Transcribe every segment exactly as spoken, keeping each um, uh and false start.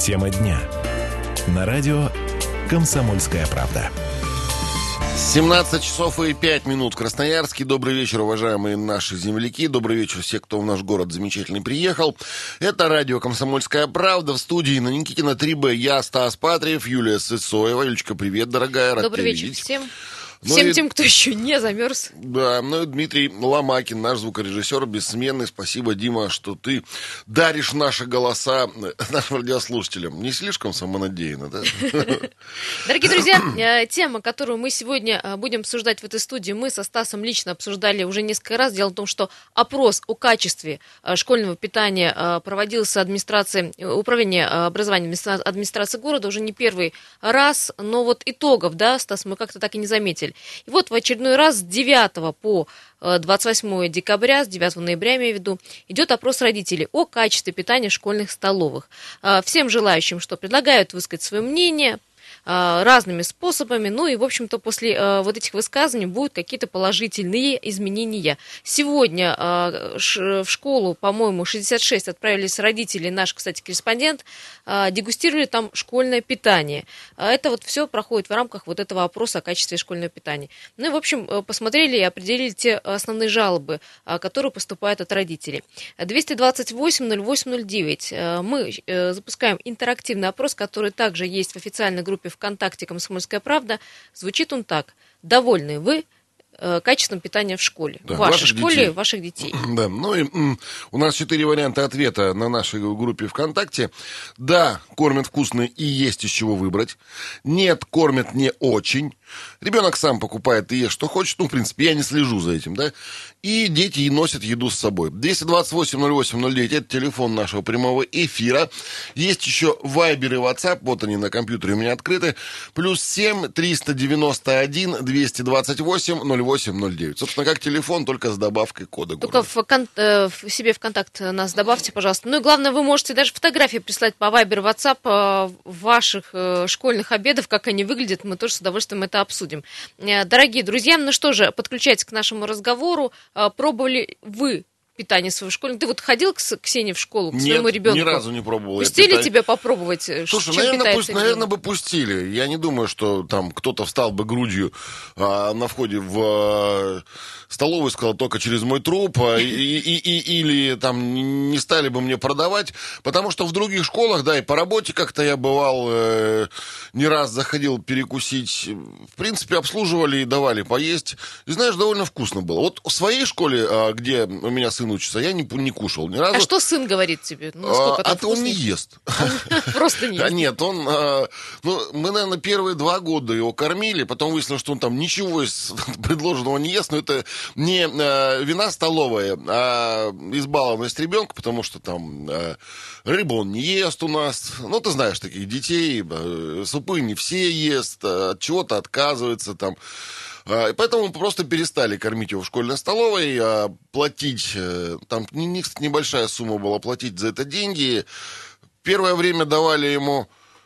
Тема дня. На радио «Комсомольская правда». семнадцать часов и пять минут в Красноярске. Добрый вечер, уважаемые наши земляки. Добрый вечер все, кто в наш город замечательный приехал. Это радио «Комсомольская правда». В студии на Никитина три бэ. Я Стас Патриев, Юлия Сысоева. Юлечка, привет, дорогая. Рад Добрый вечер видеть. всем. Ну Всем и... тем, кто еще не замерз. Да, ну и Дмитрий Ломакин, наш звукорежиссер бессменный. Спасибо, Дима, что ты даришь наши голоса нашим радиослушателям. Не слишком самонадеянно, да? Дорогие друзья, тема, которую мы сегодня будем обсуждать в этой студии, мы со Стасом лично обсуждали уже несколько раз. Дело в том, что опрос о качестве школьного питания проводился администрацией, управление образованием администрации города уже не первый раз. Но вот итогов, да, Стас, мы как-то так и не заметили. И вот в очередной раз с девятого по двадцать восьмое декабря, с девятого ноября, я имею в виду, идет опрос родителей о качестве питания в школьных столовых. Всем желающим, что предлагают высказать свое мнение разными способами. Ну и, в общем-то, после э, вот этих высказываний будут какие-то положительные изменения. Сегодня э, ш, в школу, по-моему, шестьдесят шесть отправились родители, наш, кстати, корреспондент, э, дегустировали там школьное питание. Это вот все проходит в рамках вот этого опроса о качестве школьного питания. Ну и, в общем, посмотрели и определили те основные жалобы, э, которые поступают от родителей. двести двадцать восемь ноль восемь ноль девять. Э, мы э, запускаем интерактивный опрос, который также есть в официальной группе ВКонтакте «Комсомольская правда». Звучит он так. Довольны вы э, качеством питания в школе? Да, в вашей ваших школе, детей. ваших детей. Да, ну и м, у нас четыре варианта ответа на нашей группе ВКонтакте. Да, кормят вкусно и есть из чего выбрать. Нет, кормят не очень. Ребенок сам покупает и ест, что хочет. Ну, в принципе, я не слежу за этим, да. И дети и носят еду с собой. двести двадцать восемь ноль восемь ноль девять, это телефон нашего прямого эфира. Есть еще Вайбер и WhatsApp, вот они на компьютере у меня открыты. Плюс семь триста девяносто один двести двадцать восемь ноль восемь ноль девять. Собственно, как телефон, только с добавкой кода Только города. в, кон- э, в себе в контакт нас добавьте, пожалуйста. Ну и главное, вы можете даже фотографии прислать по Вайбер и WhatsApp э, ваших э, школьных обедов, как они выглядят. Мы тоже с удовольствием это обсудим. Э, дорогие друзья, ну что же, подключайтесь к нашему разговору. Э, пробовали вы питание своего школьника? Ты вот ходил к Ксении в школу, к своему Нет, ребенку? ни разу не пробовал. Пустили питание. тебя попробовать? Слушай, чем наверное, питается пусть, ребенок? наверное, бы пустили. Я не думаю, что там кто-то встал бы грудью а, на входе в а, столовую и сказал только через мой труп, а, и, и, и, или там не стали бы мне продавать, потому что в других школах, да, и по работе как-то я бывал, э, не раз заходил перекусить, в принципе, обслуживали и давали поесть. И, знаешь, довольно вкусно было. Вот в своей школе, а, где у меня сын учится, я не, не кушал ни разу. А что сын говорит тебе? Ну, насколько А, там а то он вкусно? не ест. Просто не А ест. нет, он, а, ну, мы, наверное, первые два года его кормили, потом выяснилось, что он там ничего из предложенного не ест, но это не а, вина столовая, а избалованность ребенка, потому что там а, рыбу он не ест у нас, ну, ты знаешь таких детей, а, супы не все ест, а, от чего-то отказывается там. И поэтому мы просто перестали кормить его в школьной столовой, а платить, там небольшая сумма была, платить за это деньги. Первое время давали ему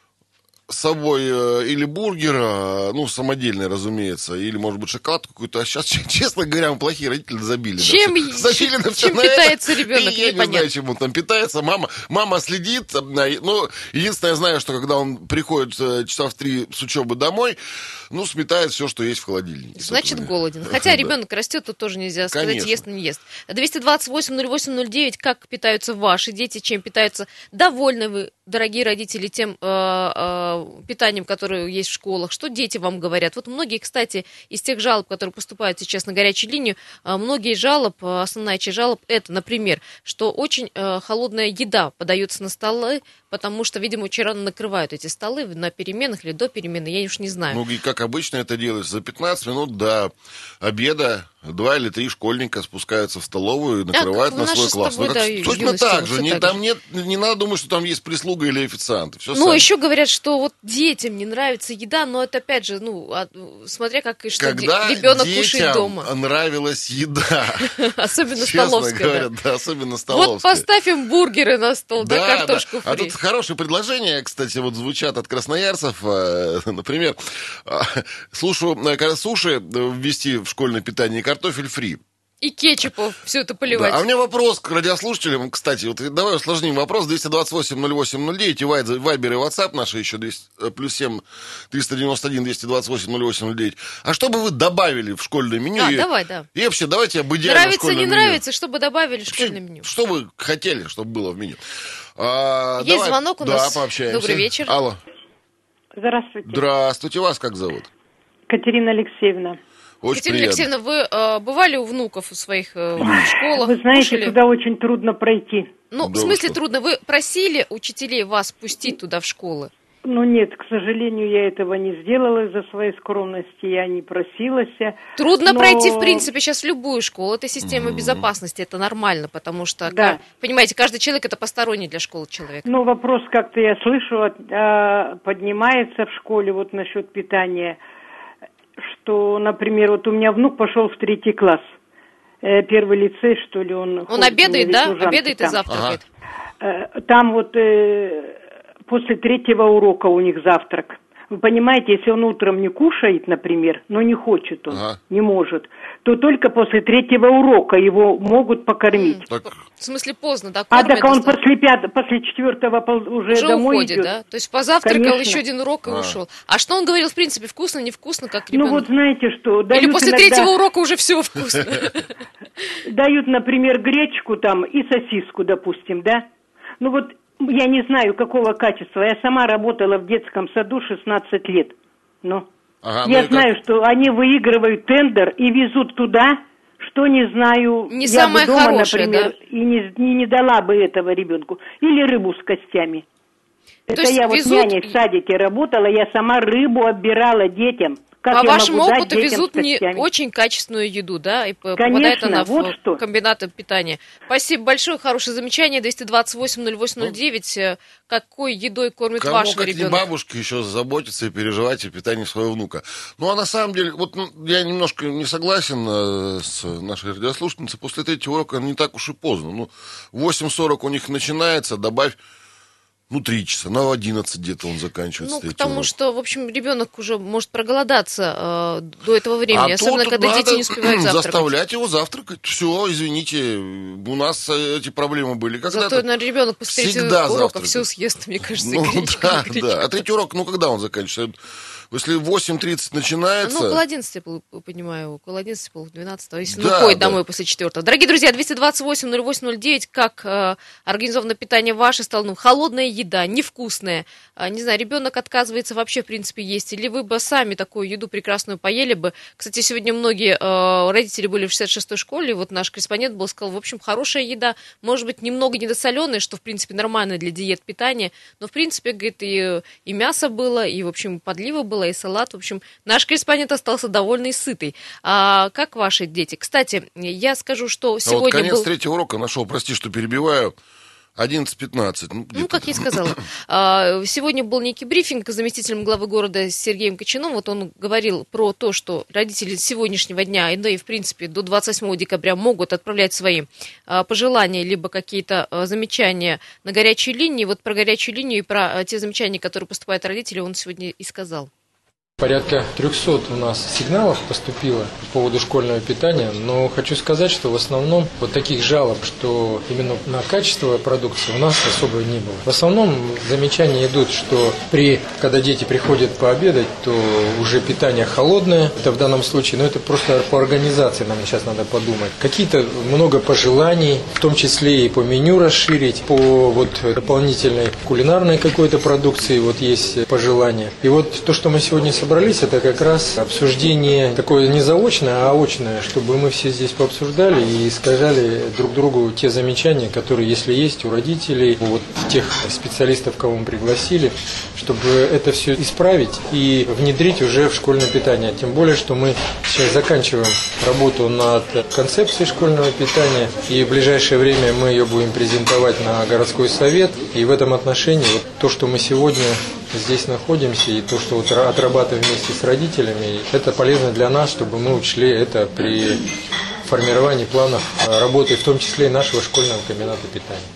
с собой или бургер, ну, самодельный, разумеется, или, может быть, шоколад какой-то. А сейчас, честно говоря, мы плохие родители забили. Чем, на все, забили на все чем на питается это. ребенок, И я непонятно. не знаю, чем он там питается. Мама, мама следит. Ну, единственное, я знаю, что когда он приходит часа в три с учебы домой, ну, сметает все, что есть в холодильнике. Значит, голоден. Хотя Да. ребенок растет, тут тоже нельзя сказать, Конечно. ест, не ест. двести двадцать восемь ноль восемь ноль девять. Как питаются ваши дети, чем питаются? Довольны вы, дорогие родители, тем э, э, питанием, которое есть в школах? Что дети вам говорят? Вот многие, кстати, из тех жалоб, которые поступают сейчас на горячую линию, э, многие жалоб, э, основная часть жалоб, это, например, что очень э, холодная еда подается на столы, потому что, видимо, очень рано накрывают эти столы на переменах или до перемены, я уж не знаю. Ну, и как обычно это делается, за пятнадцать минут до обеда два или три школьника спускаются в столовую и накрывают как на в свой нашей класс. с тобой, Ну, как, да, точно юности, так вот же. всё Не, так там же. нет, не надо думать, что там есть прислуга или официанты. Все Ну, еще говорят, что вот детям не нравится еда, но это опять же, ну, от- смотря как и что Когда ребенок кушает детям дома. нравилась еда, Особенно честно столовская. да. говоря, да, особенно Вот столовская. поставь им бургеры на стол, да, Да, картошку да. А фри. тут хорошие предложения, кстати, вот звучат от красноярцев. Э, Например, э, слушу, э, суши ввести в школьное питание и картофель фри. И кетчупов все это поливать. Да, а у меня вопрос к радиослушателям, кстати. Вот давай усложним вопрос. двести двадцать восемь ноль восемь ноль девять, и Вайбер и WhatsApp наши еще плюс семь триста девяносто один двести двадцать восемь ноль восемь ноль девять. А что бы вы добавили в школьное меню? Да, и, давай, да. И вообще, давайте об идеальном нравится, школьном не меню. нравится, чтобы добавили в школьное меню. Что вы хотели, чтобы было в меню? А, Есть давай, звонок у да, нас. пообщаемся. Добрый вечер. Алло. Здравствуйте. Здравствуйте. Вас как зовут? Катерина Алексеевна. Очень Катерина приятно. Алексеевна, вы э, бывали у внуков у своих э, в школах? Вы знаете, кушали? туда очень трудно пройти. Ну, Да в смысле вы что? трудно? Вы просили учителей вас пустить туда в школы? Ну нет, к сожалению, я этого не сделала из-за своей скромности, я не просилась. Трудно но... пройти, в принципе, сейчас в любую школу. Это система безопасности, это нормально, потому что, Да. понимаете, каждый человек это посторонний для школы человек. Ну, вопрос как-то я слышу, а, поднимается в школе вот насчет питания, что, например, вот у меня внук пошел в третий класс, э, первый лицей, что ли, он... Он ходит, обедает, у меня да? ведь служанки Обедает и там. завтракает. Э, Там вот э, после третьего урока у них завтрак. Вы понимаете, если он утром не кушает, например, но не хочет он, Ага. не может, то только после третьего урока его могут покормить. Так, В смысле поздно, да? А Кормят так он достаточно. после, пят... после четвертого пол- уже, Уже домой уходит, идет. да? То есть позавтракал, Конечно. еще один урок и А. ушел. А что он говорил, в принципе, вкусно, невкусно, как Ну ребенок? вот знаете что, дают Или после иногда- третьего урока уже все вкусно? дают, например, гречку там и сосиску, допустим, да? Ну вот я не знаю, какого качества. Я сама работала в детском саду шестнадцать лет. Ну, ага, я ну и знаю, как? что они выигрывают тендер и везут туда, что не знаю, Не я самое бы дома, хорошее, например, и не, не, не дала бы этого ребенку. Или рыбу с костями. То Это есть я вот везут- няней в садике работала, я сама рыбу отбирала детям. Как По я вашему могу дать опыту детям везут с не костями? очень качественную еду, да, и п- попадает Конечно, она в вот что. комбинаты питания. Спасибо большое, хорошее замечание. двести двадцать восемь ноль восемь ноль девять. Э, Какой едой кормит Кому, ваш как не ребенок? бабушке, еще заботиться и переживать о питании своего внука. Ну, а на самом деле, вот ну, я немножко не согласен э, с нашей радиослушательницей. После третьего урока не так уж и поздно. Ну, в восемь сорок у них начинается, добавь, ну, три часа, на одиннадцать где-то он заканчивается. Ну, третий потому урок. что, в общем, ребенок уже может проголодаться э, до этого времени, А особенно тут когда надо дети не успевают завтракать. заставлять его завтракать. Все, извините, у нас э, эти проблемы были когда-то. Зато, наверное, ребенок после третьего всегда урока завтракает. все съест, мне кажется, Ну, гречку, да, гречку. да. А третий урок, ну, когда он заканчивается? Если в восемь тридцать начинается... Ну, около одиннадцати, я понимаю, около одиннадцати, пол двенадцатого, если Да, он уходит да. домой после четвертого. Дорогие друзья, двести двадцать восемь ноль восемь ноль девять, как э, организовано питание в вашей столовой? Холодная еда, невкусная. А, не знаю, ребенок отказывается вообще, в принципе, есть. Или вы бы сами такую еду прекрасную поели бы. Кстати, сегодня многие э, родители были в шестьдесят шестой школе, вот наш корреспондент был, сказал, в общем, хорошая еда, может быть, немного недосоленая, что, в принципе, нормально для диет питания, но, в принципе, говорит, и, и мясо было, и, в общем, подлива была, и салат, в общем, наш корреспондент остался довольный и сытый. А как ваши дети? Кстати, я скажу, что А вот сегодня конец был... третьего урока нашел, прости, что перебиваю, одиннадцать пятнадцать. Ну, Ну, как я сказала, а, сегодня был некий брифинг с заместителем главы города Сергеем Кочаном. Вот он говорил про то, что родители с сегодняшнего дня, и, да и в принципе до двадцать восьмого декабря могут отправлять свои а, пожелания, либо какие-то а, замечания на горячую линию. Вот про горячую линию и про а, те замечания, которые поступают от родителей, он сегодня и сказал. Порядка трехсот у нас сигналов поступило по поводу школьного питания, но хочу сказать, что в основном вот таких жалоб, что именно на качество продукции у нас особо не было. В основном замечания идут, что при, когда дети приходят пообедать, то уже питание холодное, это в данном случае, но это просто по организации нам сейчас надо подумать. Какие-то много пожеланий, в том числе и по меню расширить, по вот дополнительной кулинарной какой-то продукции, вот есть пожелания. И вот то, что мы сегодня собрали, собрались, это как раз обсуждение такое не заочное, а очное, чтобы мы все здесь пообсуждали и сказали друг другу те замечания, которые, если есть у родителей, у вот тех специалистов, кого мы пригласили, чтобы это все исправить и внедрить уже в школьное питание. Тем более, что мы сейчас заканчиваем работу над концепцией школьного питания, и в ближайшее время мы ее будем презентовать на городской совет. И в этом отношении вот то, что мы сегодня здесь находимся, и то, что вот отрабатываем вместе с родителями, это полезно для нас, чтобы мы учли это при формировании планов работы, в том числе и нашего школьного комбината питания.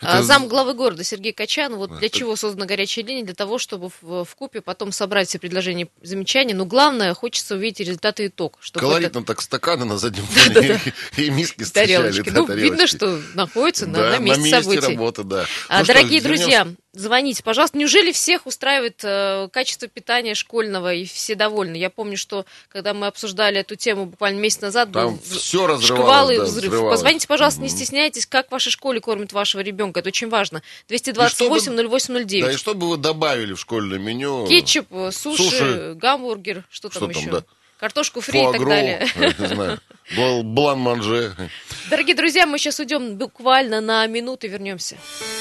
Это... Зам главы города Сергей Качан. Вот для это... чего создана горячая линия? Для того, чтобы в, в купе потом собрать все предложения, замечания. Но главное, хочется увидеть результаты и итог. Колоритно это... так стаканы на заднем фоне и миски встречали. Ну, видно, что находится на месте событий. Работы, да. Дорогие друзья, звоните, пожалуйста. Неужели всех устраивает э, качество питания школьного и все довольны? Я помню, что когда мы обсуждали эту тему буквально месяц назад, там был все шквал и да, взрыв. взрывалось. Позвоните, пожалуйста, mm-hmm. не стесняйтесь, как в вашей школе кормят вашего ребенка. Это очень важно. двести двадцать восемь ноль восемь ноль девять. Да, и что бы вы добавили в школьное меню? Кетчуп, суши, суши. гамбургер, что, что там, там еще? Да? Картошку фри Фуагру, и так далее. Не знаю, блан-манже. Дорогие друзья, мы сейчас уйдем буквально на минуту и вернемся.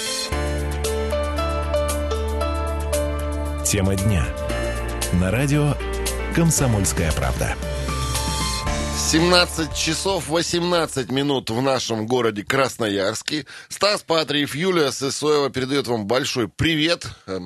Тема дня. На радио «Комсомольская правда». семнадцать часов восемнадцать минут в нашем городе Красноярске. Стас Патриев, Юлия Сысоева передает вам большой привет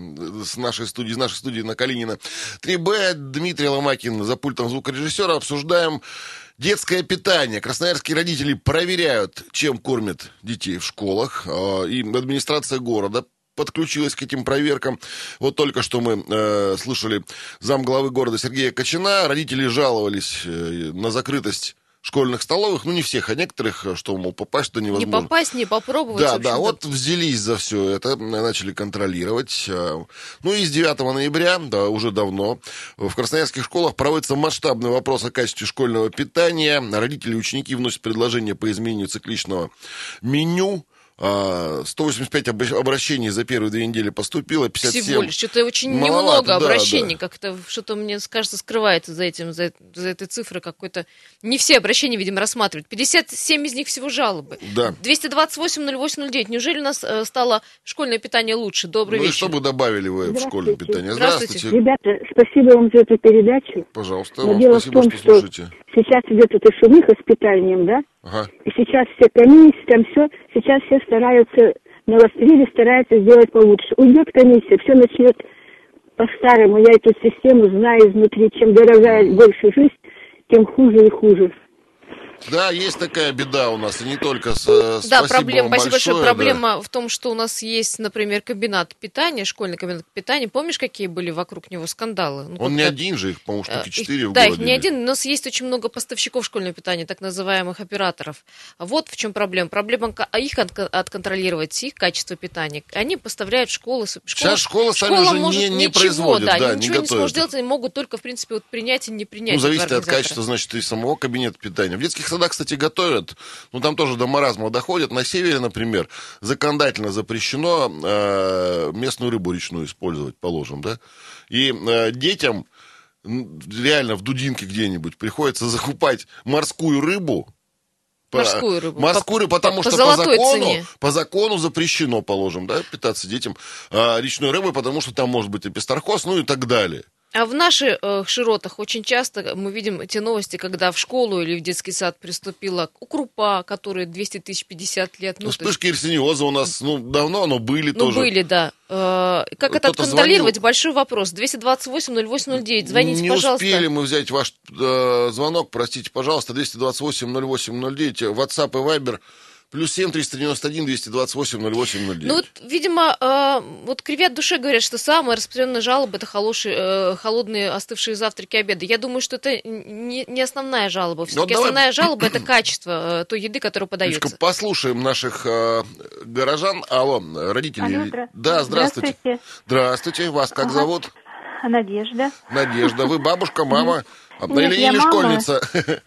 с нашей студии, из нашей студии на Калинина. три бэ, Дмитрий Ломакин за пультом звукорежиссера. Обсуждаем детское питание. Красноярские родители проверяют, чем кормят детей в школах. И администрация города подключилась к этим проверкам. Вот только что мы э, слышали замглавы города Сергея Качана. Родители жаловались э, на закрытость школьных столовых. Ну, не всех, а некоторых, что, мол, попасть-то невозможно. Не попасть, не попробовать. Да, да, вот взялись за все это, начали контролировать. Ну и с девятого ноября, да, уже давно, в красноярских школах проводится масштабный вопрос о качестве школьного питания. Родители и ученики вносят предложения по изменению цикличного меню. сто восемьдесят пять обращений за первые две недели поступило, пятьдесят семь. Всего лишь, что-то очень маловато, немного да, обращений, да. Как-то что-то, мне кажется, скрывается за этим, за, за этой цифрой какой-то. Не все обращения, видимо, рассматривают. пятьдесят семь из них всего жалобы. Да. двести двадцать восемь ноль восемь ноль девять. Неужели у нас э, стало школьное питание лучше? Добрый ну вечер. И что бы добавили вы в школьное питание? Здравствуйте. Здравствуйте. Ребята, спасибо вам за эту передачу. Пожалуйста, Но вам дело спасибо, в том, что что слушаете. Сейчас идет эта шумиха с питанием, да? Ага. И сейчас все комиссии, там все, сейчас все стараются, навострили, стараются сделать получше. Уйдет комиссия, все начнет по-старому. Я эту систему знаю изнутри. Чем дорогая больше жизнь, тем хуже и хуже. Да, есть такая беда у нас, и не только с Да, спасибо проблема, вам спасибо большое. большое. Проблема да. в том, что у нас есть, например, комбинат питания, школьный комбинат питания. Помнишь, какие были вокруг него скандалы? Ну, Он не один же, их, по-моему, штуки четыре в Да, городе. их не один. У нас есть очень много поставщиков школьного питания, так называемых операторов. Вот в чем проблема. Проблема их отконтролировать, их качество питания. Они поставляют в школы. Школа, Сейчас школа сами школа уже может не, не ничего, производят, да, да, ничего не не сможет готовят. сделать, они могут только, в принципе, вот принять и не принять. Ну, зависит от качества, значит, и самого кабинета питания. В детских садах, кстати, готовят. Ну, там тоже до маразма доходят. На севере, например, законодательно запрещено э, местную рыбу речную использовать, положим, да? И э, детям реально в Дудинке где-нибудь приходится закупать морскую рыбу. Морскую рыбу. Морскую рыбу, потому по, что по, по закону, цене. по закону запрещено, положим, да, питаться детям э, речной рыбой, потому что там может быть эпистархоз, ну и так далее. А в наших э, широтах очень часто мы видим эти новости, когда в школу или в детский сад приступила крупа, которой двести тысяч пятьдесят лет. Ну, ну вспышки ирсиниоза у нас, ну, давно, но были ну, тоже. Ну, были, да. Э, как Кто-то это отконтролировать? звонил. Большой вопрос. двести двадцать восемь ноль восемь ноль девять. Звоните, Не пожалуйста. Не успели мы взять ваш э, звонок, простите, пожалуйста, двести двадцать восемь ноль восемь ноль девять, WhatsApp и Viber. Плюс семь триста девяносто один двести двадцать восемь ноль восемь ноль девять. Ну, вот, видимо, э, вот кривят душой говорят, что самая распространенная жалоба – это холоши, э, холодные остывшие завтраки и обеды. Я думаю, что это не, не основная жалоба. Все-таки вот основная давай... жалоба – это качество э, той еды, которая подается. Юлечка, послушаем наших э, горожан. Алло, родители. Алло, здра... Да, здравствуйте. Здравствуйте. Здравствуйте. Вас как ага. зовут? Надежда. Надежда. Вы бабушка, мама? Нет, или я или мама. школьница?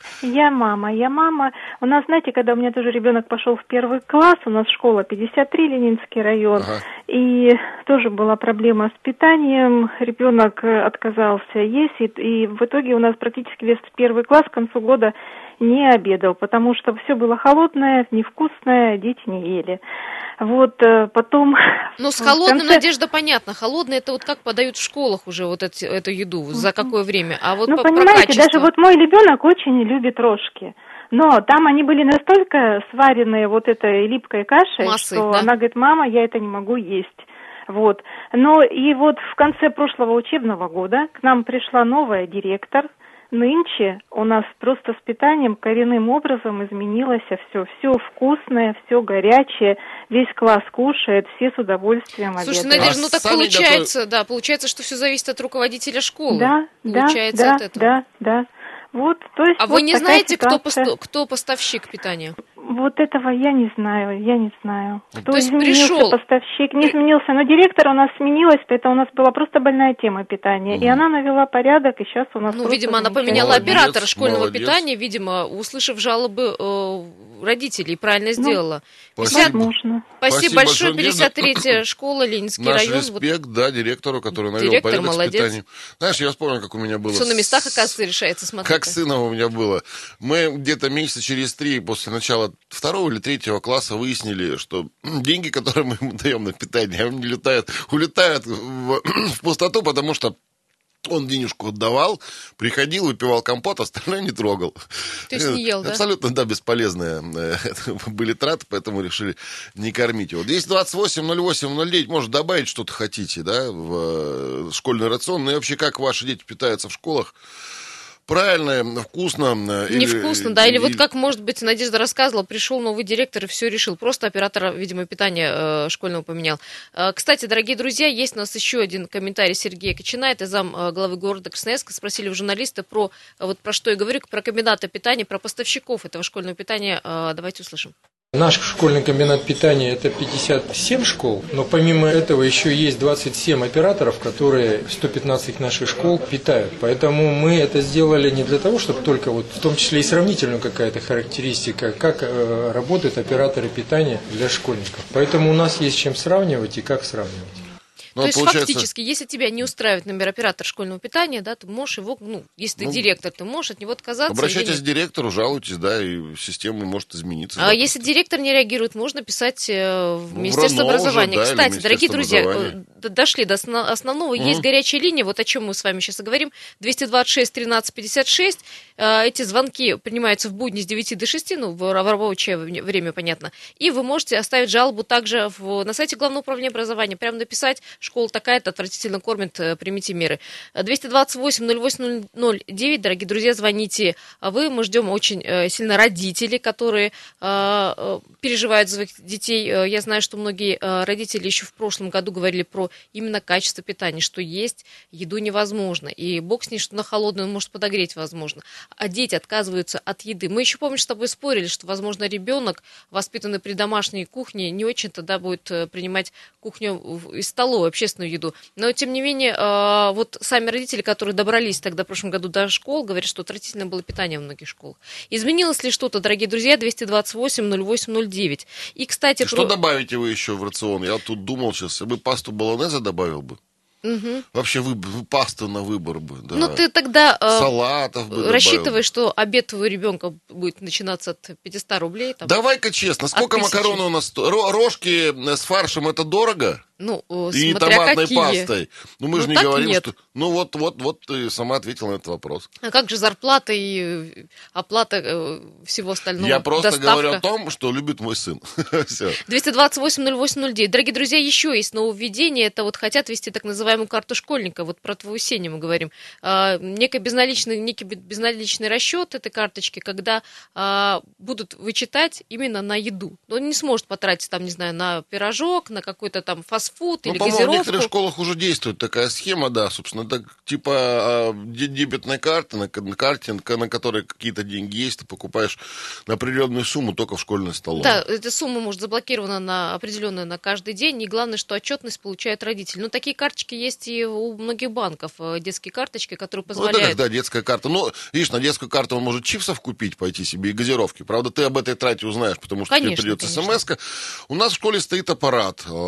Я мама, я мама. У нас, знаете, когда у меня тоже ребенок пошел в первый класс, у нас школа пятьдесят три, Ленинский район, Ага. и тоже была проблема с питанием, ребенок отказался есть, и, и в итоге у нас практически весь первый класс к концу года не обедал, потому что все было холодное, невкусное, дети не ели. Вот потом... Ну, с холодным, конце... Надежда, понятно. Холодное – это вот как подают в школах уже вот эти, эту еду, за какое время. А вот ну, по, понимаете, качество... даже вот мой ребенок очень любит рожки. Но там они были настолько сваренные вот этой липкой кашей, Массой, что да? она говорит, мама, я это не могу есть. Вот. Но и вот в конце прошлого учебного года к нам пришла новая директор, нынче у нас просто с питанием коренным образом изменилось все. Все вкусное, все горячее, весь класс кушает, все с удовольствием обедают. Слушайте, Надежда, А ну так сами получается, да, получается, что все зависит от руководителя школы. Да, получается да, от этого. да, да. Вот, то есть А вот вы не такая знаете, кто, ситуация. посто- кто поставщик питания? Вот этого я не знаю, я не знаю. Кто То есть изменился, пришел- поставщик, не изменился, но директор у нас сменилась, поэтому у нас была просто больная тема питания. И она навела порядок, и сейчас у нас Ну, просто видимо, она замечательно. поменяла Молодец, оператора школьного молодец. питания, видимо, услышав жалобы э, родителей, правильно сделала. Спасибо. Возможно. Спасибо, Спасибо большое. большое, пятьдесят третья школа, Ленинский Наш район. Вот респект, да, директору, который навел Директор порядок молодец. с питанием. Знаешь, я вспомнил, как у меня было. все на с- местах, оказывается, решается, смотри. Как с сыном у меня было. Мы где-то месяца через три после начала второго или третьего класса выяснили, что деньги, которые мы ему даем на питание, они летают, улетают в, в пустоту, потому что он денежку отдавал, приходил, выпивал компот, остальное не трогал. То есть не ел, да? Абсолютно, да, бесполезные э, были траты, поэтому решили не кормить его. двести двадцать восемь ноль восемь ноль девять, может, добавить что-то хотите, да, в э, школьный рацион. Ну и вообще, как ваши дети питаются в школах? Правильно, вкусно. Невкусно, да, или вот как, может быть, Надежда рассказывала, пришел новый директор и все решил, просто оператора, видимо, питания э, школьного поменял. Э, кстати, дорогие друзья, есть у нас еще один комментарий Сергея Кочина, это зам э, главы города Красноярска, спросили у журналиста про, э, вот про что я говорю, про комбинаты питания, про поставщиков этого школьного питания, э, давайте услышим. Наш школьный комбинат питания – это пятьдесят семь школ, но помимо этого еще есть двадцать семь операторов, которые сто пятнадцать наших школ питают. Поэтому мы это сделали не для того, чтобы только, вот, в том числе и сравнительную какая-то характеристика, как э, работают операторы питания для школьников. Поэтому у нас есть чем сравнивать и как сравнивать. Ну, То есть получается... фактически, если тебя не устраивает, например, оператор школьного питания, да, ты можешь его, ну, если ты Ну, директор, ты можешь от него отказаться. Обращайтесь или к директору, жалуйтесь, да, и система может измениться. А да, если просто. директор не реагирует, можно писать э, в Ну, Министерство в РАНО образования. уже, да, или Кстати, Министерство дорогие друзья, образования. э, д- дошли до осно- основного. Мгм. Есть горячая линия, вот о чем мы с вами сейчас и говорим. двести двадцать шесть тринадцать пятьдесят шесть. Э, Эти звонки принимаются в будни с девяти до шести, ну, в ра- в рабочее вне- время, понятно. И вы можете оставить жалобу также в, на сайте Главного управления образования. Прямо написать, школа такая-то отвратительно кормит, э, примите меры. двести двадцать восемь ноль восемь ноль девять, дорогие друзья, звоните. А вы, мы ждем очень э, сильно родителей, которые э, э, переживают за своих детей. Э, Я знаю, что многие э, родители еще в прошлом году говорили про именно качество питания, что есть еду невозможно. И бог с ней, что на холодную он может подогреть возможно. А дети отказываются от еды. Мы еще, помнишь, с тобой спорили, что, возможно, ребенок, воспитанный при домашней кухне, не очень тогда будет э, принимать кухню в- из столовой, общественную еду. Но, тем не менее, э, вот сами родители, которые добрались тогда в прошлом году до школ, говорят, что отвратительное было питание в многих школах. Изменилось ли что-то, дорогие друзья? двести двадцать восемь ноль восемь ноль девять. И, кстати, Что про- добавите вы еще в рацион? Я тут думал сейчас, я бы пасту болонезе добавил бы. Мгм. Вообще вы, вы пасту на выбор бы. Да. Ну, ты тогда э, Салатов бы добавил. рассчитывай, что обед твоего ребенка будет начинаться от пятьсот рублей. Там. Давай-ка честно, сколько тысячи. макарон у нас? сто- ро- Рожки с фаршем это дорого? Ну, э, И смотря томатной какие. пастой. Ну, мы Ну, же не так говорим, нет. что... Ну, вот, вот, вот ты сама ответила на этот вопрос. А как же зарплата и э, оплата э, всего остального? Я просто доставка? говорю о том, что любит мой сын. Все. двести двадцать восемь ноль восемь ноль девять. Дорогие друзья, еще есть нововведение. Это вот хотят ввести так называемую карту школьника. Вот про твою Сеню мы говорим. А, некий безналичный, некий безналичный расчет этой карточки, когда а, будут вычитать именно на еду. Он не сможет потратить, там, не знаю, на пирожок, на какой-то там фастфуд Ну, или по-моему, в газировку. некоторых школах уже действует такая схема, да, собственно, это типа а, де- дебетная карта, на, ка- на карте, на, ка- на которой какие-то деньги есть, ты покупаешь на определенную сумму только в школьной столовой. Да, эта сумма может заблокирована на определенную на каждый день, и главное, что отчетность получают родители. Но такие карточки есть и у многих банков, э, детские карточки, которые Ну, это позволяют... когда детская карта. Ну, видишь, на детскую карту он может чипсов купить, пойти себе и газировки. Правда, ты об этой трате узнаешь, потому что Конечно, тебе придет конечно. смс-ка. У нас в школе стоит аппарат, э,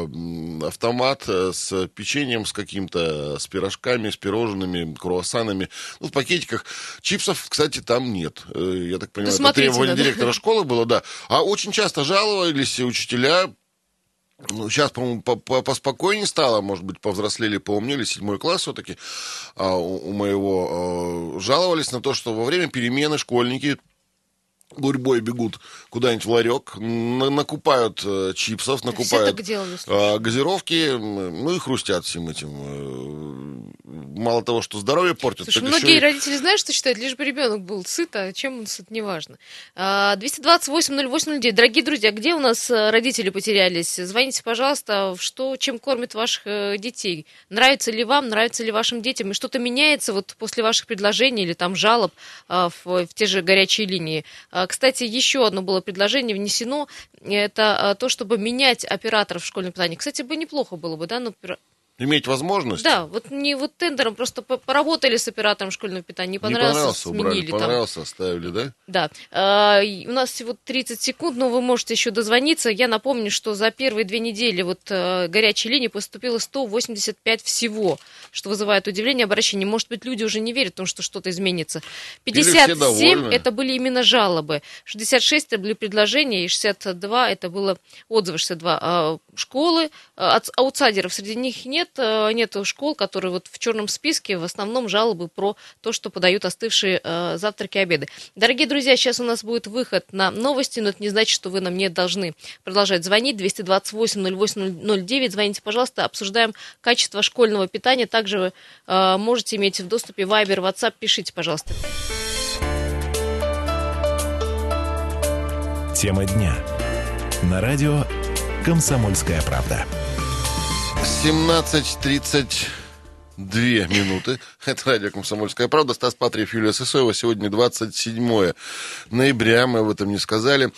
м, автомат э, с печеньем, с каким-то, с пирожками, с пирожными, круассанами. Ну, в пакетиках. Чипсов, кстати, там нет. Э, Я так понимаю, это смотрите, требование да. директора школы было, да. А очень часто жаловались учителя. Ну, сейчас, по-моему, по- по- поспокойнее стало, может быть, повзрослели, поумнели, седьмой класс все-таки а, у, у моего а, жаловались на то, что во время перемены школьники гурьбой бегут куда-нибудь в ларек, на- накупают э, чипсов, Все накупают так делали, слушай. а, газировки, м, ну и хрустят всем этим э, мало того, что здоровье портит, Слушай, так многие еще и... родители, знаешь, что считают? Лишь бы ребенок был сыт, а чем он сыт, неважно. двести двадцать восемь ноль восемь ноль девять. Дорогие друзья, где у нас родители потерялись? Звоните, пожалуйста, что, чем кормят ваших детей. Нравится ли вам, нравится ли вашим детям? И что-то меняется вот после ваших предложений или там жалоб в, в те же горячие линии. Кстати, еще одно было предложение внесено. Это то, чтобы менять операторов в школьном питании. Кстати, бы неплохо было бы, да, но... Иметь возможность? Да, вот не вот тендером, просто поработали с оператором школьного питания, не понравилось, не понравился, сменили. убрали, Там. понравился, оставили, да? Да. А, у нас всего тридцать секунд, но вы можете еще дозвониться. Я напомню, что за первые две недели вот а, горячей линии поступило сто восемьдесят пять всего, что вызывает удивление, обращение. Может быть, люди уже не верят в том, что что-то изменится. пятьдесят семь это были именно жалобы, шестьдесят шесть это были предложения, и шестьдесят два это было отзывы, шестьдесят два а, школы. А, аутсайдеров среди них нет. Нет школ, которые вот в черном списке, в основном жалобы про то, что подают остывшие э, завтраки и обеды. Дорогие друзья, сейчас у нас будет выход на новости, но это не значит, что вы нам не должны продолжать звонить. двести двадцать восемь ноль восемь ноль девять, звоните, пожалуйста, обсуждаем качество школьного питания. Также вы э, можете иметь в доступе Viber, WhatsApp, пишите, пожалуйста. Тема дня. На радио «Комсомольская правда». семнадцать тридцать две минуты. Это радио «Комсомольская правда». Стас Патриев, Юлия Сысоева. Сегодня двадцать седьмое ноября. Мы об этом не сказали.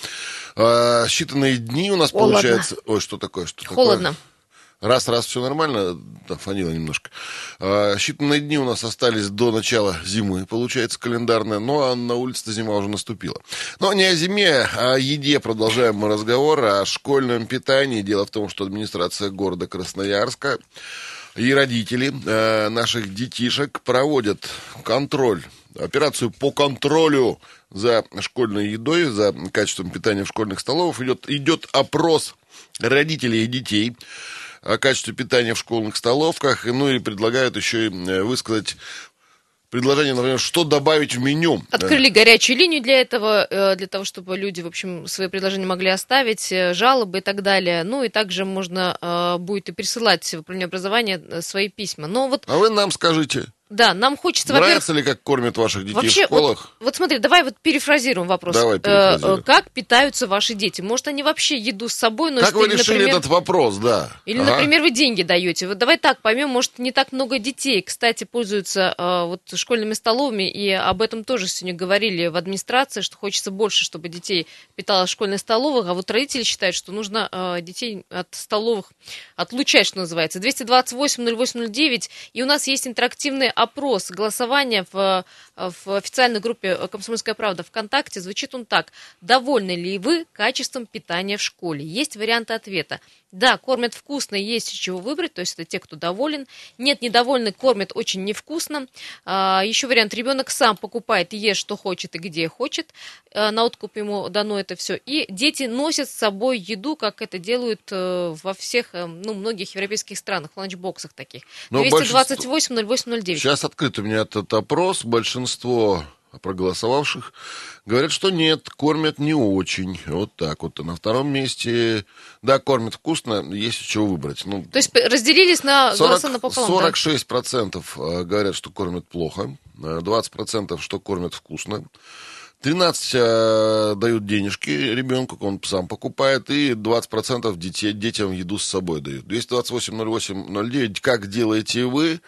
А, считанные дни у нас Холодно. Получается... Ой, что такое? Что Холодно. Такое? Раз, раз, все нормально, да, фанило немножко. А, считанные дни у нас остались до начала зимы, получается, календарная, ну, а на улице-то зима уже наступила. Но не о зиме, а о еде продолжаем мы разговор, о школьном питании. Дело в том, что администрация города Красноярска и родители э, наших детишек проводят контроль, операцию по контролю за школьной едой, за качеством питания в школьных столовых. Идет, идет опрос родителей и детей о качестве питания в школьных столовках, ну и предлагают еще и высказать предложение, например, что добавить в меню. Открыли горячую линию для этого, для того, чтобы люди, в общем, свои предложения могли оставить, жалобы и так далее. Ну и также можно будет и присылать в управление образования свои письма. Но вот... А вы нам скажите. Да, нам хочется, нравится ли, как кормят ваших детей вообще, в школах? Вот, вот смотри, давай вот перефразируем вопрос. Давай перефразируем. Э, как питаются ваши дети? Может, они вообще еду с собой носят? Как вы или, решили например, этот вопрос, да? Или, ага. например, вы деньги даете. Вот давай так поймем, может, не так много детей, кстати, пользуются э, вот школьными столовыми, и об этом тоже сегодня говорили в администрации, что хочется больше, чтобы детей питалось в школьных столовых, а вот родители считают, что нужно э, детей от столовых отлучать, что называется. двести двадцать восемь ноль восемь ноль девять, и у нас есть интерактивный опрос, голосование в, в официальной группе «Комсомольская правда» ВКонтакте. Звучит он так. Довольны ли вы качеством питания в школе? Есть варианты ответа. Да, кормят вкусно, есть из чего выбрать, то есть это те, кто доволен. Нет, недовольны, кормят очень невкусно. А, еще вариант, ребенок сам покупает и ест, что хочет и где хочет. А, на откуп ему дано это все. И дети носят с собой еду, как это делают а, во всех, а, ну, многих европейских странах, в ланчбоксах таких. двести двадцать восемь ноль восемь ноль девять. Сейчас открыт у меня этот опрос. Большинство проголосовавших говорят, что нет, кормят не очень. Вот так вот. И на втором месте, да, кормят вкусно, есть из чего выбрать. Ну, то есть разделились на голоса напополам, сорок шесть процентов да? говорят, что кормят плохо, двадцать процентов, что кормят вкусно, тринадцать процентов дают денежки ребенку, он сам покупает, и двадцать процентов детей, детям еду с собой дают. двести двадцать восемь ноль восемь ноль девять, как делаете вы?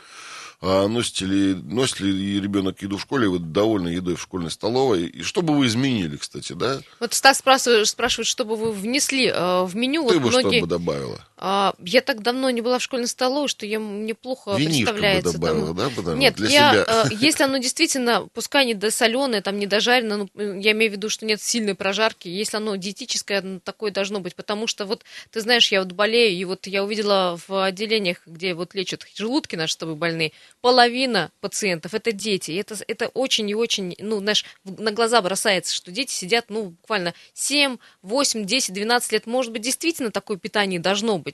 А носите ли, носит ли ребенок еду в школе, вы довольны едой в школьной столовой? И что бы вы изменили, кстати, да? Вот Стас спрашивает, спрашивает что бы вы внесли э, в меню. Ты вот бы многие... что бы добавила? А, я так давно не была в школьной столовой, что я, мне плохо Винишко представляется. бы добавила, там... да? Потому Нет, для я, себя. э, если оно действительно, пускай не досоленое, там, не дожарено, ну, я имею в виду, что нет сильной прожарки, если оно диетическое, ну, такое должно быть, потому что вот, ты знаешь, я вот болею, и вот я увидела в отделениях, где вот лечат желудки наши с тобой больные, половина пациентов это дети, и это, это очень и очень, ну, знаешь, на глаза бросается, что дети сидят, ну, буквально семь, восемь, десять, двенадцать лет, может быть, действительно такое питание должно быть.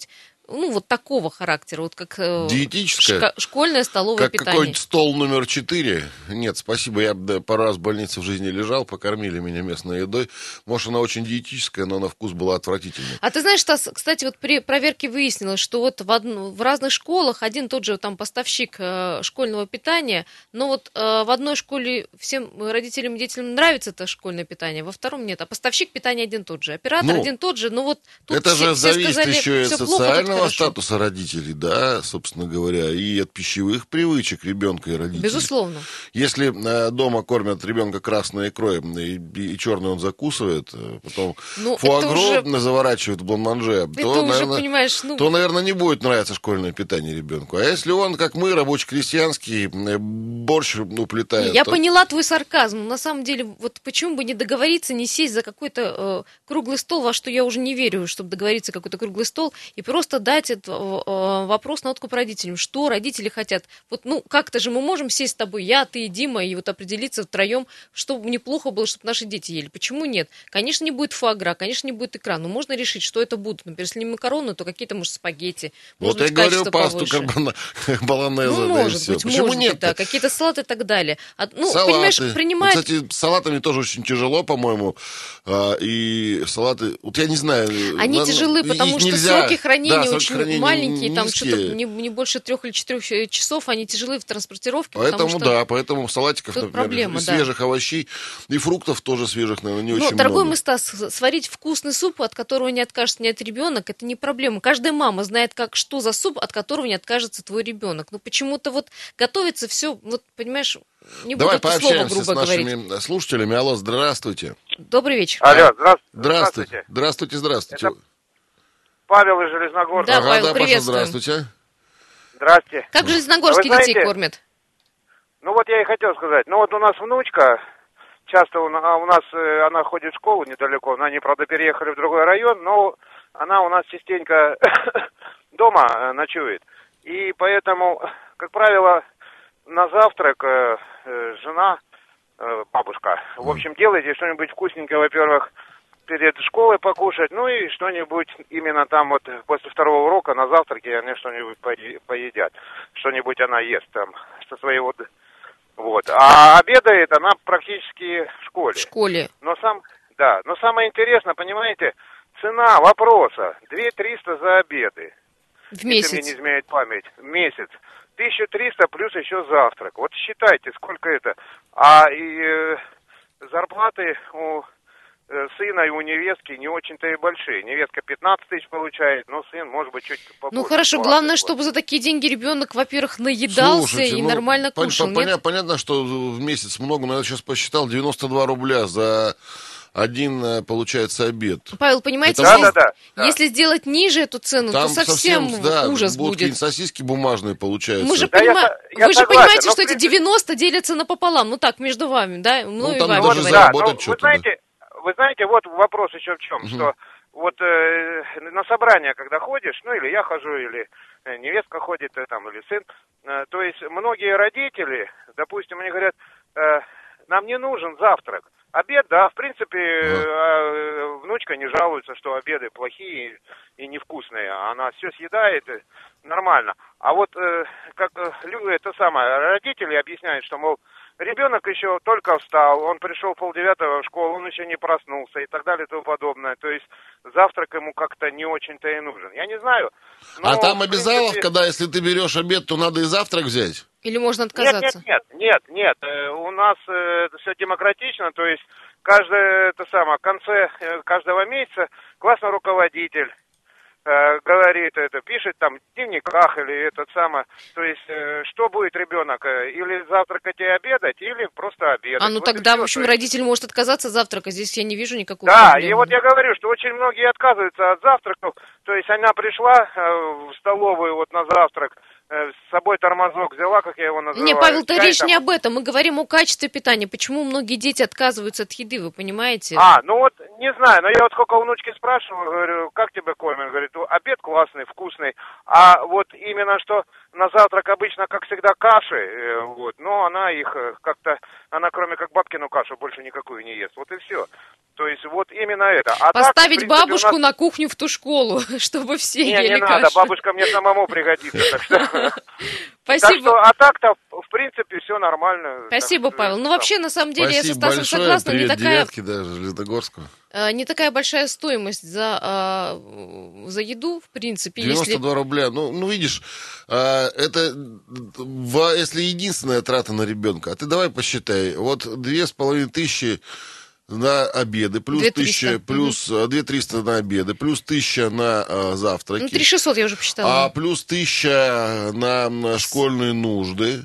ну, вот такого характера, вот как э, диетическое? Шка- школьное столовое как питание. Какой-нибудь стол номер четыре? Нет, спасибо, я да, пару раз в больнице в жизни лежал, покормили меня местной едой. Может, она очень диетическая, но на вкус была отвратительной. А ты знаешь, Стас, кстати, вот при проверке выяснилось, что вот в, одну, в разных школах один тот же там поставщик э, школьного питания, но вот э, в одной школе всем родителям и детям нравится это школьное питание, во втором нет. А поставщик питания один тот же, оператор Ну, один тот же, но вот тут это все, же все зависит сказали, еще и от все плохо, тут социального хорошо. статуса родителей, да, собственно говоря, и от пищевых привычек ребенка и родителей. Безусловно. Если э, дома кормят ребенка красной икрой и, и черный он закусывает, э, потом Ну, фуагро уже... заворачивают в бланманже, Это то, уже, наверное, понимаешь, ну... то, наверное, не будет нравиться школьное питание ребенку. А если он, как мы, рабоче-крестьянский, э, борщ уплетает... Я то... поняла твой сарказм. На самом деле, вот почему бы не договориться, не сесть за какой-то э, круглый стол, во что я уже не верю, чтобы договориться какой-то круглый стол, и просто дать это, э, вопрос на откуп родителям. Что родители хотят? Вот, ну, как-то же мы можем сесть с тобой, я, ты и Дима, и вот определиться втроем, чтобы неплохо было, чтобы наши дети ели. Почему нет? Конечно, не будет фуагра, конечно, не будет икра, но можно решить, что это будут. Например, если не макароны, то какие-то, может, спагетти. Вот Может я быть, говорю, качество пасту повыше. болонеза, Ну, да и может все. быть, Почему может нет? быть, да, какие-то салаты и так далее. А, ну, салаты. понимаешь, принимают... Ну, кстати, с салатами тоже очень тяжело, по-моему. А, и салаты, вот я не знаю. Они на, тяжелы, их потому что нельзя... сроки хранения да, сроки очень хранения маленькие, там низкие. что-то не, не больше трех или четырех часов, они тяжелы в транспортировке. Поэтому, что да, поэтому салатиков, тут например, проблема, и да. свежих овощей, и фруктов тоже свежих, наверное, не Но, очень дорогой много. мой Стас, сварить вкусный суп, от которого не откажется ни один ребенок, это не проблема. Каждая мама знает, как, что за суп, от которого не откажется твой ребенок. Но почему-то вот готовится все, вот, понимаешь, не Давай буду это слово пообщаемся грубо с нашими говорить. слушателями. Алло, здравствуйте. Добрый вечер. Алло, здравствуйте. Здравствуйте. Здравствуйте, здравствуйте. Это Павел из Железногорска. Да, ага, Павел, да, Паша, приветствуем. здравствуйте. Здрасте. Как в Железногорске Вы знаете, детей кормят? Ну вот я и хотел сказать. Ну вот у нас внучка, часто у, а у нас, э, она ходит в школу недалеко, они, правда, переехали в другой район, но она у нас частенько дома э, ночует. И поэтому, как правило, на завтрак э, э, жена, э, бабушка, в общем, делайте что-нибудь вкусненькое, во-первых, перед школой покушать, ну и что-нибудь именно там вот после второго урока на завтраке они что-нибудь поедят, что-нибудь она ест там со своей вот, вот. А обедает она практически в школе. В школе. Но сам, да, но самое интересное, понимаете, цена вопроса две тысячи триста за обеды. В месяц. Если мне не изменяет память, в месяц. тысяча триста плюс еще завтрак. Вот считайте, сколько это. А и э, зарплаты у сына и у невестки не очень-то и большие. Невестка пятнадцать тысяч получает, но сын, может быть, чуть побольше. Ну хорошо, двадцать. главное, чтобы за такие деньги ребенок, во-первых, наедался Слушайте, и ну, нормально пон- кушал. пон- Нет? Понятно, что в месяц много, но я сейчас посчитал, девяносто два рубля за один, получается, обед. Павел, понимаете, Это если, да, да, да. если сделать ниже эту цену, Там то совсем, да, ужас будут будет. какие-нибудь сосиски бумажные, получаются. Мы же Да, я понима- со- я Вы же согласен, понимаете, но что в эти принципе- девяносто делятся напополам. Ну так, между вами, да? Мной и там вами. даже говорю. за- заработать ну, что-то, вы знаете, вы знаете, вот вопрос еще в чем, Мгм. что вот э, на собрание, когда ходишь, ну или я хожу, или э, невестка ходит, э, там, или сын, э, то есть многие родители, допустим, они говорят, э, нам не нужен завтрак. Обед, да, в принципе, э, внучка не жалуется, что обеды плохие и невкусные. Она все съедает, и нормально. А вот э, как э, лю- это самое, родители объясняют, что, мол, ребенок еще только встал, он пришел в полдевятого в школу, он еще не проснулся и так далее и тому подобное. То есть завтрак ему как-то не очень-то и нужен. Я не знаю. но, А там в обязаловка, принципе- когда если ты берешь обед, то надо и завтрак взять? Или можно Нет, отказаться? нет, нет, нет, нет. Э, У нас э, все демократично, то есть каждое это самое, в конце э, каждого месяца классный руководитель э, говорит это, пишет там в дневниках или этот самое, то есть э, что будет ребенок, э, или завтракать и обедать, или просто обедать. А ну Вот и тогда, всё. в общем, То есть- родитель может отказаться от завтрака. Здесь я не вижу никакой Да, проблемы. и вот я говорю, что очень многие отказываются от завтраков, то есть она пришла э, в столовую вот на завтрак, э, с собой тормозок взяла, как я его называю. Не, Павел, то чай речь там. не об этом. Мы говорим о качестве питания. Почему многие дети отказываются от еды, вы понимаете? А, ну вот, не знаю, но я вот сколько у внучки спрашиваю, говорю, как тебя кормят? Говорит, «Ну, обед классный, вкусный, а вот именно что на завтрак обычно, как всегда, каши, э, вот, но она их э, как-то, она кроме как бабкину кашу больше никакую не ест, вот и все. То есть вот именно это. А Поставить так, в принципе, бабушку у нас... на кухню в ту школу, чтобы все Не, ели не кашу. надо, бабушка мне самому пригодится. Так что... Спасибо. Так что, а так-то, в принципе, все нормально. Спасибо, так, Павел. Ну, вообще, на самом деле, Спасибо я со Стасом большое. согласна, Привет, не такая, девятки, да, Железногорскому. э, не такая большая стоимость за, э, за еду, в принципе. девяносто два если... рубля. Ну, ну видишь, а, это в, если единственная трата на ребенка, а ты давай посчитай. Вот две с половиной тысячи на обеды, плюс две тысячи, тысяча, плюс две тысячи триста на обеды, плюс тысяча на а, завтраки. Ну, три тысячи шестьсот я уже посчитала. А плюс тысяча на, на школьные нужды.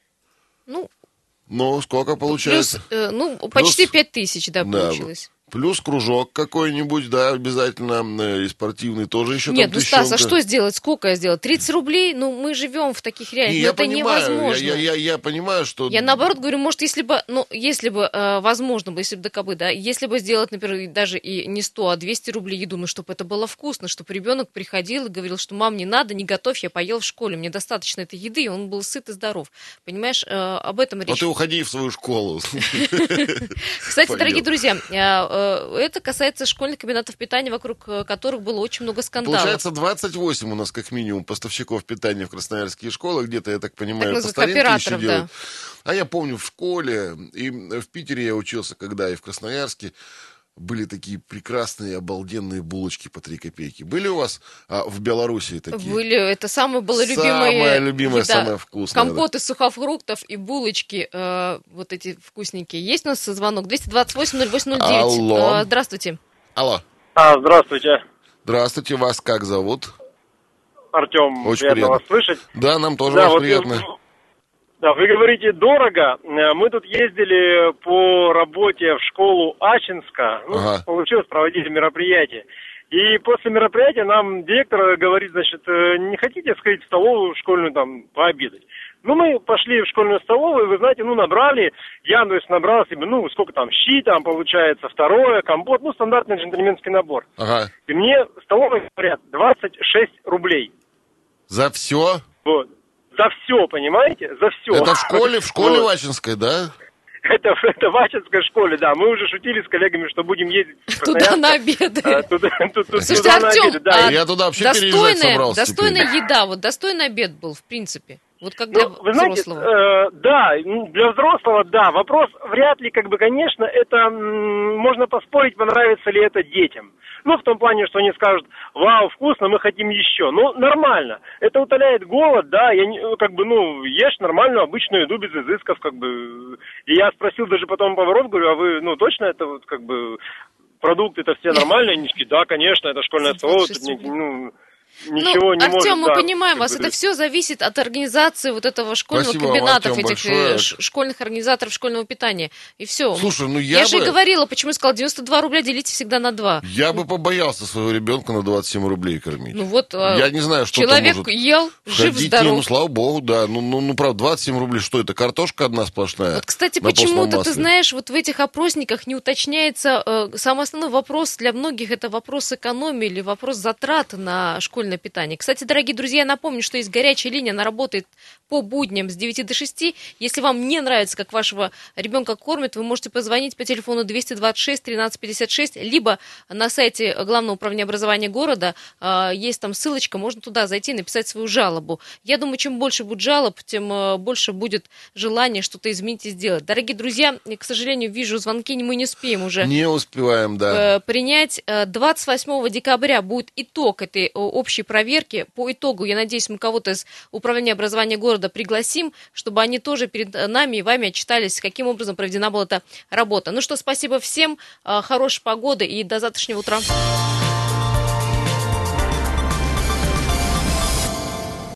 Ну, Ну, сколько получается? плюс, э, ну, почти Плюс- пять тысяч, да, Да. получилось. Плюс кружок какой-нибудь, да, обязательно, э, и спортивный тоже еще Нет, там ну, Стас, а тысячонка. что сделать? Сколько я сделала? тридцать рублей? Ну, мы живем в таких реалиях. Не, Ну, я это понимаю, невозможно. Я, я, я, я понимаю, что... Я наоборот говорю, может, если бы, ну, если бы, э, возможно бы, если бы ДКБ, да, если бы сделать, например, даже и не сто, а двести рублей еду, ну, чтобы это было вкусно, чтобы ребенок приходил и говорил, что мам, не надо, не готовь, я поел в школе, мне достаточно этой еды, и он был сыт и здоров. Понимаешь, э, об этом речь. А ты уходи в свою школу. Кстати, Пойдем. дорогие друзья, э, э, это касается школьных кабинетов питания, вокруг э, которых было очень много скандалов. Получается, двадцать восемь у нас как минимум поставщиков питания в красноярские школы, где-то, я так понимаю, Так по называют, старинке еще кооператоров, да. делают. А я помню в школе, и в Питере я учился, когда и в Красноярске, были такие прекрасные, обалденные булочки по три копейки. Были у вас а, в Белоруссии такие? Были, это самое было любимое. Самое любимое, еда. самое вкусное. Компот из сухофруктов и булочки, э, вот эти вкусненькие. Есть у нас звонок? двести двадцать восемь ноль восемь ноль девять. Алло. Э, здравствуйте. Алло. А, здравствуйте, Здравствуйте, вас как зовут? Артем, Очень приятно приятно. вас слышать. Да, нам тоже Да, вас вот, приятно. э, Да, вы говорите дорого. Э, Мы тут ездили по работе в школу Ачинска. Ну, Ага. получилось, проводили мероприятие. И после мероприятия нам директор говорит, значит, э, не хотите сходить в столовую школьную там пообедать? Ну, мы пошли в школьную столовую, вы знаете, ну, набрали, я, то есть, набрал себе, ну, сколько там, щи там, получается, второе, компот, ну, стандартный джентльменский набор. Ага. И мне в столовой говорят двадцать шесть рублей. За все? Вот. За все, понимаете? За все. Это в школе, в школе Вот. Вачинской, да? Это, это в Ачинской школе, да. Мы уже шутили с коллегами, что будем ездить в Туда Красноярск, на обеды. а, туда, тут- тут- Слушайте, туда на Артем, обеды, да. а Я туда вообще переезжать достойная, собрался достойная теперь. еда, вот достойный обед был, в принципе. Вот как для Ну, вы знаете, взрослого. э, да, ну, для взрослого, да. Вопрос вряд ли, как бы, конечно, это м, можно поспорить, понравится ли это детям. Ну, в том плане, что они скажут, вау, вкусно, мы хотим еще. Ну, нормально. Это утоляет голод, да, я не, как бы, ну, ешь нормальную обычную еду без изысков, как бы. И я спросил даже потом поваров, говорю, а вы, ну, точно это вот, как бы, продукты-то все нормальные? Они такие, да, конечно, это школьная столовая, тут, не- ну... Ничего ну, не Артем, может, мы да, понимаем как вас, бы, это все зависит от организации вот этого школьного Спасибо вам, комбинатов, Артем, этих большое. э, ш- школьных организаторов школьного питания. И все. Слушай, ну я Я же бы- и говорила, почему я сказала, девяносто два рубля делите всегда на два. Я бы побоялся своего ребенка на двадцать семь рублей кормить. Ну вот, э, Я не знаю, что человек может ел, входить. жив-здоров. Не, ну, слава богу, да. Ну, ну, ну, правда, двадцать семь рублей, что это, картошка одна сплошная? Вот, кстати, на постном почему-то, ты масле. знаешь, вот в этих опросниках не уточняется, э, самый основной вопрос для многих, это вопрос экономии или вопрос затрат на школьное питание. Кстати, дорогие друзья, я напомню, что есть горячая линия, она работает по будням с девяти до шести. Если вам не нравится, как вашего ребенка кормят, вы можете позвонить по телефону двести двадцать шесть тринадцать пятьдесят шесть, либо на сайте Главного управления образования города э, есть там ссылочка, можно туда зайти и написать свою жалобу. Я думаю, чем больше будет жалоб, тем э, больше будет желание что-то изменить и сделать. Дорогие друзья, к сожалению, вижу звонки, мы не успеем уже Не успеваем, да. э, принять. Э, двадцать восьмого декабря будет итог этой э, общей проверки. По итогу, я надеюсь, мы кого-то из управления образования города пригласим, чтобы они тоже перед нами и вами отчитались, каким образом проведена была эта работа. Ну что, спасибо всем, э, хорошей погоды и до завтрашнего утра.